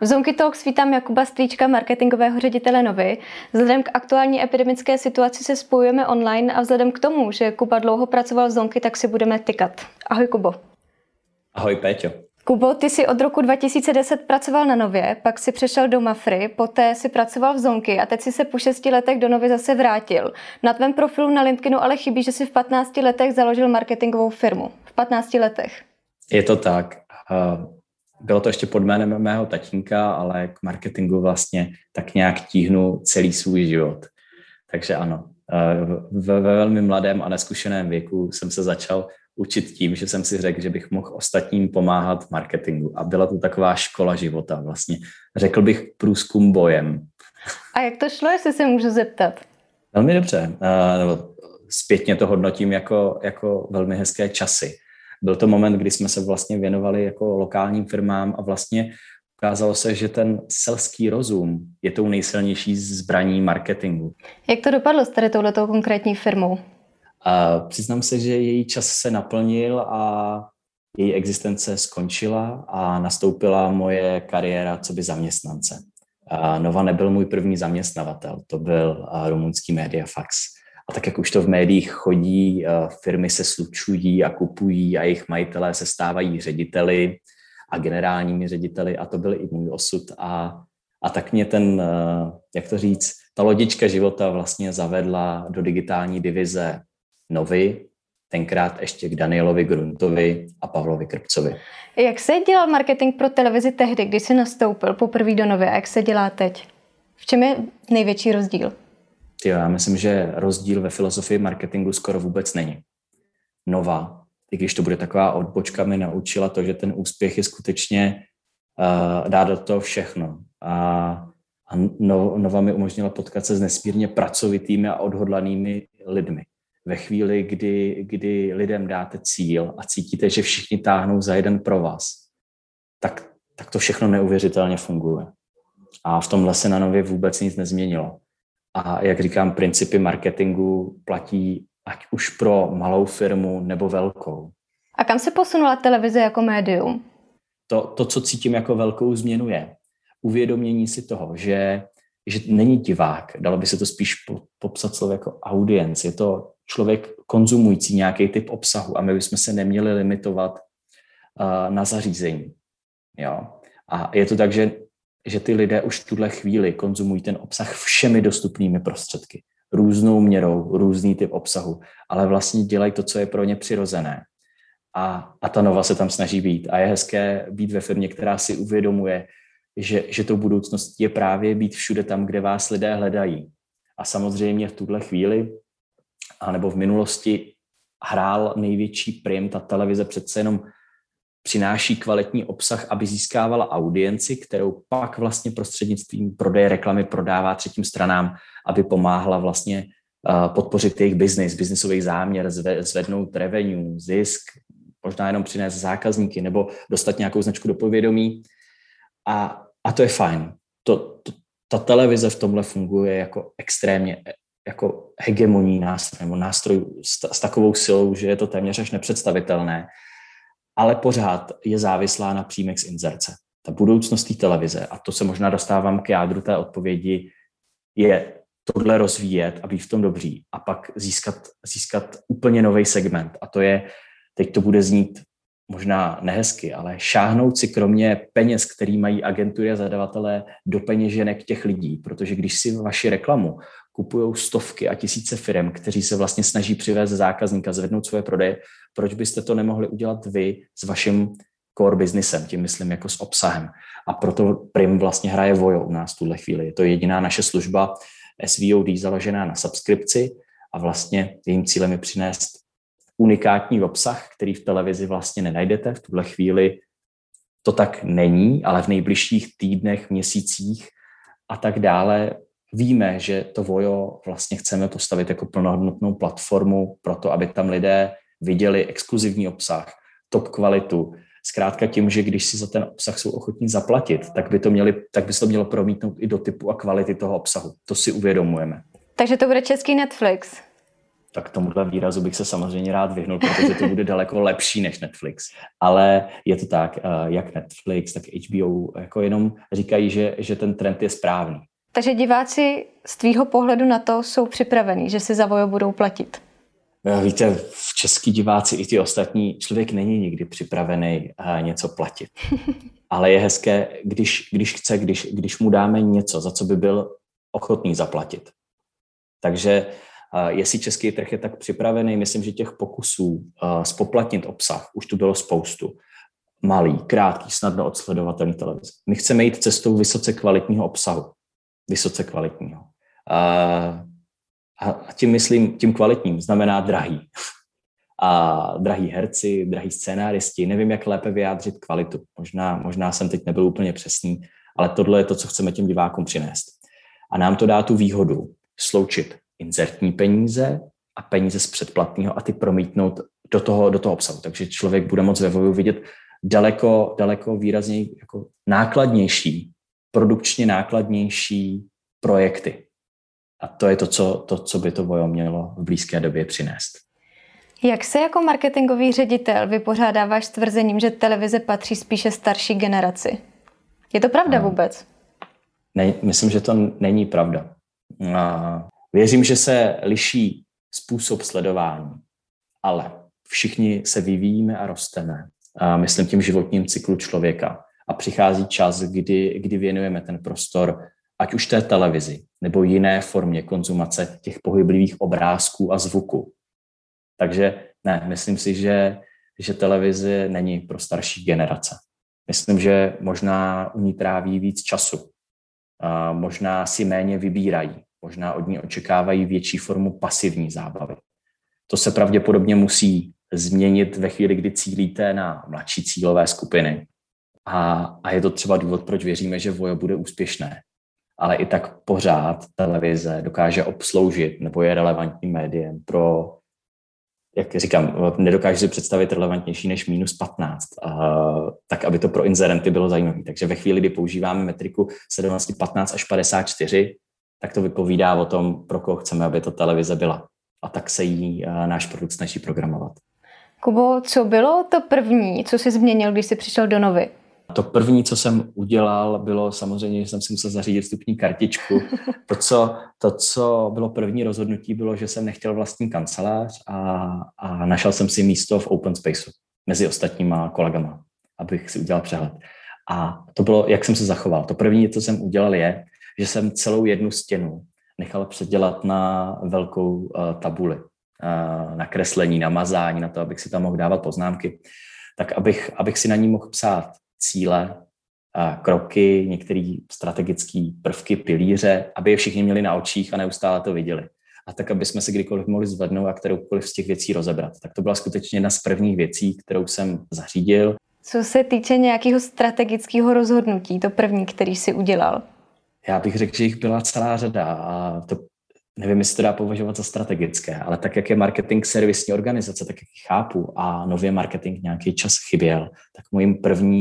V Zonky Talks vítám Jakuba Strýčka, marketingového ředitele Novy. Vzhledem k aktuální epidemické situaci se spojujeme online a vzhledem k tomu, že Kuba dlouho pracoval v Zonky, tak si budeme tykat. Ahoj, Kubo. Ahoj, Péťo. Kubo, ty jsi od roku 2010 pracoval na Nově, pak si přešel do Mafry, poté si pracoval v Zonky a teď si se po 6 letech do Novy zase vrátil. Na tvém profilu na LinkedInu ale chybí, že jsi v 15 letech založil marketingovou firmu. V 15 letech. Je to tak. Bylo to ještě pod jménem mého tatínka, ale k marketingu vlastně tak nějak tíhnu celý svůj život. Takže ano, ve velmi mladém a neskušeném věku jsem se začal učit tím, že jsem si řekl, že bych mohl ostatním pomáhat v marketingu. A byla to taková škola života vlastně. Řekl bych průzkum bojem. A jak to šlo, jestli se můžu zeptat? Velmi dobře. Zpětně to hodnotím jako velmi hezké časy. Byl to moment, kdy jsme se vlastně věnovali jako lokálním firmám a vlastně ukázalo se, že ten selský rozum je tou nejsilnější zbraní marketingu. Jak to dopadlo s tady touhletou konkrétní firmou? Přiznám se, že její čas se naplnil a její existence skončila a nastoupila moje kariéra coby zaměstnance. Nova nebyl můj první zaměstnavatel, to byl rumunský Mediafax. A tak, jak už to v médiích chodí, firmy se slučují a kupují a jejich majitelé se stávají řediteli a generálními řediteli a to byl i můj osud. A tak mě ta lodička života vlastně zavedla do digitální divize Novy, tenkrát ještě k Danielovi Gruntovi a Pavlovi Krpcovi. Jak se dělal marketing pro televizi tehdy, když jsi nastoupil poprvé do Novy a jak se dělá teď? V čem je největší rozdíl? Já myslím, že rozdíl ve filozofii marketingu skoro vůbec není. Nova, i když to bude taková odbočka, mi naučila to, že ten úspěch je skutečně dát do toho všechno. A Nova mi umožnila potkat se s nesmírně pracovitými a odhodlanými lidmi. Ve chvíli, kdy lidem dáte cíl a cítíte, že všichni táhnou za jeden pro vás, tak to všechno neuvěřitelně funguje. A v tomhle se na Nově vůbec nic nezměnilo. A jak říkám, principy marketingu platí ať už pro malou firmu nebo velkou. A kam se posunula televize jako médium? To, co cítím jako velkou změnu, je uvědomění si toho, že není divák, dalo by se to spíš popsat slovo jako audience. Je to člověk konzumující nějaký typ obsahu a my bychom se neměli limitovat na zařízení. Jo? A je to tak, že ty lidé už v tuhle chvíli konzumují ten obsah všemi dostupnými prostředky. Různou měrou, různý typ obsahu, ale vlastně dělají to, co je pro ně přirozené. A ta Nova se tam snaží být. A je hezké být ve firmě, která si uvědomuje, že tou budoucností je právě být všude tam, kde vás lidé hledají. A samozřejmě v tuhle chvíli, anebo v minulosti, hrál největší prim, ta televize přece jenom přináší kvalitní obsah, aby získávala audienci, kterou pak vlastně prostřednictvím prodeje reklamy prodává třetím stranám, aby pomáhala vlastně podpořit jejich biznisový záměr, zvednout revenue, zisk, možná jenom přinést zákazníky nebo dostat nějakou značku do povědomí. A to je fajn. Ta televize v tomhle funguje jako extrémně jako hegemonní nástroj, nebo nástroj s takovou silou, že je to téměř až nepředstavitelné, ale pořád je závislá na příjmech z inzerce. Ta budoucnost té televize, a to se možná dostávám k jádru té odpovědi, je tohle rozvíjet a být v tom dobří a pak získat úplně nový segment. A to je, teď to bude znít možná nehezky, ale šáhnout si kromě peněz, který mají agentury a zadavatelé, do peněženek těch lidí, protože když si vaši reklamu kupujou stovky a tisíce firem, kteří se vlastně snaží přivést zákazníka, zvednout svoje prodeje, proč byste to nemohli udělat vy s vaším core businessem, tím myslím jako s obsahem. A proto Prim vlastně hraje Vojo u nás v tuhle chvíli. Je to jediná naše služba SVOD založená na subskripci a vlastně jejím cílem je přinést unikátní obsah, který v televizi vlastně nenajdete. V tuhle chvíli to tak není, ale v nejbližších týdnech, měsících a tak dále víme, že to Vojo vlastně chceme postavit jako plnohodnotnou platformu pro to, aby tam lidé viděli exkluzivní obsah, top kvalitu. Zkrátka tím, že když si za ten obsah jsou ochotní zaplatit, tak by se to mělo promítnout i do typu a kvality toho obsahu. To si uvědomujeme. Takže to bude český Netflix? Tak tomuhle výrazu bych se samozřejmě rád vyhnul, protože to bude daleko lepší než Netflix. Ale je to tak, jak Netflix, tak HBO jako jenom říkají, že ten trend je správný. Takže diváci z tvýho pohledu na to jsou připravení, že si za Vojo budou platit? Víte, v český diváci i ty ostatní, člověk není nikdy připravený něco platit. Ale je hezké, když mu dáme něco, za co by byl ochotný zaplatit. Takže jestli český trh je tak připravený, myslím, že těch pokusů spoplatnit obsah už tu bylo spoustu. Malý, krátký, snadno odsledovatelný televize. My chceme jít cestou vysoce kvalitního obsahu. Vysoce kvalitního. A tím myslím, tím kvalitním znamená drahý. A drahý herci, drahý scénáristi, nevím, jak lépe vyjádřit kvalitu. Možná jsem teď nebyl úplně přesný, ale tohle je to, co chceme těm divákům přinést. A nám to dá tu výhodu sloučit inzertní peníze a peníze z předplatného a ty promítnout do toho obsahu. Takže člověk bude moct ve Voju vidět daleko výrazně jako nákladnější, produkčně nákladnější projekty. A to je to, co by to Vojo mělo v blízké době přinést. Jak se jako marketingový ředitel vypořádáváš s tvrzením, že televize patří spíše starší generaci? Je to pravda vůbec? Ne, myslím, že to není pravda. Věřím, že se liší způsob sledování, ale všichni se vyvíjíme a rosteme. Myslím tím životním cyklu člověka. A přichází čas, kdy věnujeme ten prostor, ať už té televizi, nebo jiné formě konzumace těch pohyblivých obrázků a zvuku. Takže ne, myslím si, že televize není pro starší generace. Myslím, že možná u ní tráví víc času. Možná si méně vybírají. Možná od ní očekávají větší formu pasivní zábavy. To se pravděpodobně musí změnit ve chvíli, kdy cílíte na mladší cílové skupiny. A je to třeba důvod, proč věříme, že Vojo bude úspěšné. Ale i tak pořád televize dokáže obsloužit nebo je relevantním médiem pro, jak říkám, nedokážu si představit relevantnější než -15, tak aby to pro inzerenty bylo zajímavé. Takže ve chvíli, kdy používáme metriku 17, 15 až 54, tak to vypovídá o tom, pro koho chceme, aby to televize byla. A tak se jí náš produkt snaží programovat. Kubo, co bylo to první, co jsi změnil, když jsi přišel do Novy? To první, co jsem udělal, bylo samozřejmě, že jsem si musel zařídit vstupní kartičku. To, co bylo první rozhodnutí, bylo, že jsem nechtěl vlastní kancelář a našel jsem si místo v open spaceu mezi ostatníma kolegama, abych si udělal přehled. A to bylo, jak jsem se zachoval. To první, co jsem udělal, je, že jsem celou jednu stěnu nechal předělat na velkou tabuli, na kreslení, na mazání, na to, abych si tam mohl dávat poznámky, tak abych si na ní mohl psát cíle, kroky, některé strategické prvky, pilíře, aby je všichni měli na očích a neustále to viděli. A tak, aby jsme se kdykoliv mohli zvednout a kteroukoliv z těch věcí rozebrat. Tak to byla skutečně jedna z prvních věcí, kterou jsem zařídil. Co se týče nějakého strategického rozhodnutí, to první, který jsi udělal? Já bych řekl, že jich byla celá řada a to nevím, jestli to dá považovat za strategické, ale tak, jak je marketing servisní organizace, tak jak ji chápu a nově marketing nějaký čas chyběl, tak mojím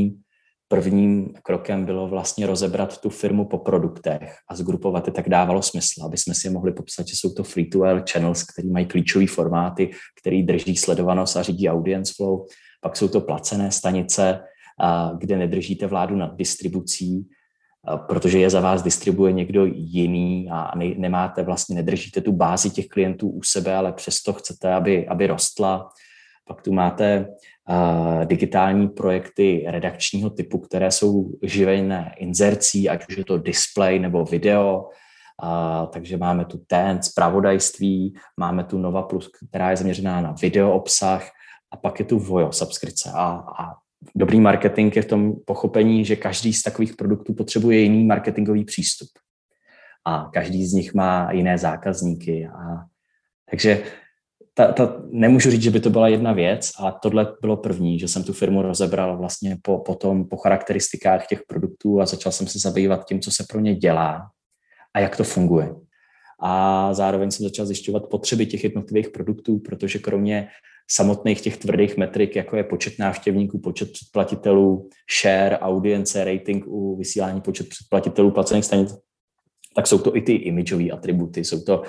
prvním krokem bylo vlastně rozebrat tu firmu po produktech a zgrupovat je, tak dávalo smysl, aby jsme si mohli popsat, že jsou to free-to-air channels, který mají klíčové formáty, který drží sledovanost a řídí audience flow. Pak jsou to placené stanice, kde nedržíte vládu nad distribucí, protože je za vás distribuje někdo jiný a nedržíte tu bázi těch klientů u sebe, ale přesto chcete, aby rostla. Pak tu máte digitální projekty redakčního typu, které jsou živené inzercí, ať už je to display nebo video. Takže máme tu zpravodajství, máme tu Nova Plus, která je zaměřená na video obsah a pak je tu Vojo subskripce. A dobrý marketing je v tom pochopení, že každý z takových produktů potřebuje jiný marketingový přístup. A každý z nich má jiné zákazníky. Takže nemůžu říct, že by to byla jedna věc, ale tohle bylo první, že jsem tu firmu rozebral vlastně po charakteristikách těch produktů a začal jsem se zabývat tím, co se pro ně dělá a jak to funguje. A zároveň jsem začal zjišťovat potřeby těch jednotlivých produktů, protože kromě samotných těch tvrdých metrik, jako je počet návštěvníků, počet předplatitelů, share, audience, rating u vysílání, počet předplatitelů placených stanic, tak jsou to i ty imageové atributy, jsou to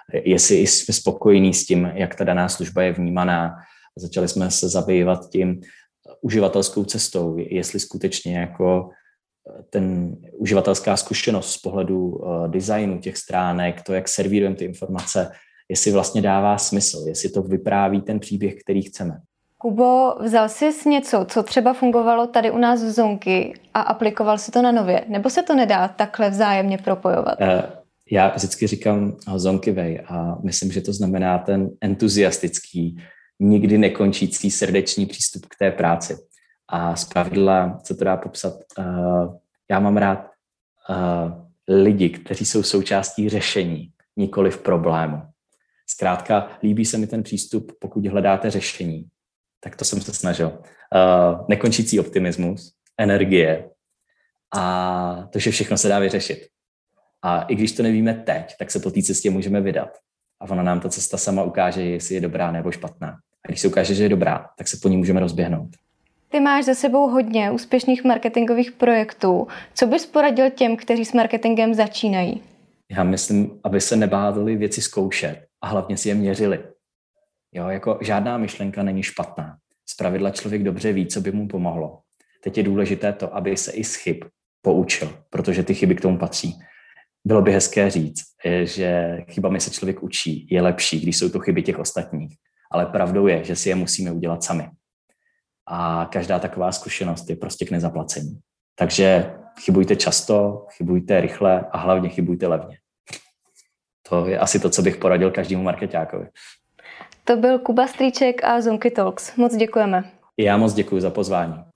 jestli jsme spokojení s tím, jak ta daná služba je vnímaná. Začali jsme se zabývat tím uživatelskou cestou, jestli skutečně jako ten uživatelská zkušenost z pohledu designu těch stránek, to, jak servírujeme ty informace, jestli vlastně dává smysl, jestli to vypráví ten příběh, který chceme. Kubo, vzal jsi něco, co třeba fungovalo tady u nás v Zonky a aplikoval si to na Nově? Nebo se to nedá takhle vzájemně propojovat? Já vždycky říkám Zonky way a myslím, že to znamená ten entuziastický, nikdy nekončící srdeční přístup k té práci. A zpravidla se to dá popsat. Já mám rád lidi, kteří jsou součástí řešení, nikoli v problému. Zkrátka, líbí se mi ten přístup, pokud hledáte řešení. Tak to jsem se snažil. Nekončící optimismus, energie a to, že všechno se dá vyřešit. A i když to nevíme teď, tak se po té cestě můžeme vydat. A ona nám ta cesta sama ukáže, jestli je dobrá nebo špatná. A když se ukáže, že je dobrá, tak se po ní můžeme rozběhnout. Ty máš za sebou hodně úspěšných marketingových projektů. Co bys poradil těm, kteří s marketingem začínají? Já myslím, aby se nebáli věci zkoušet a hlavně si je měřili. Jo, jako žádná myšlenka není špatná. Zpravidla člověk dobře ví, co by mu pomohlo. Teď je důležité to, aby se i z chyb poučil, protože ty chyby k tomu patří. Bylo by hezké říct, že chybami se člověk učí, je lepší, když jsou to chyby těch ostatních. Ale pravdou je, že si je musíme udělat sami. A každá taková zkušenost je prostě k nezaplacení. Takže chybujte často, chybujte rychle a hlavně chybujte levně. To je asi to, co bych poradil každému markeťákovi. To byl Kuba Strýček a Zonky Talks. Moc děkujeme. Já moc děkuji za pozvání.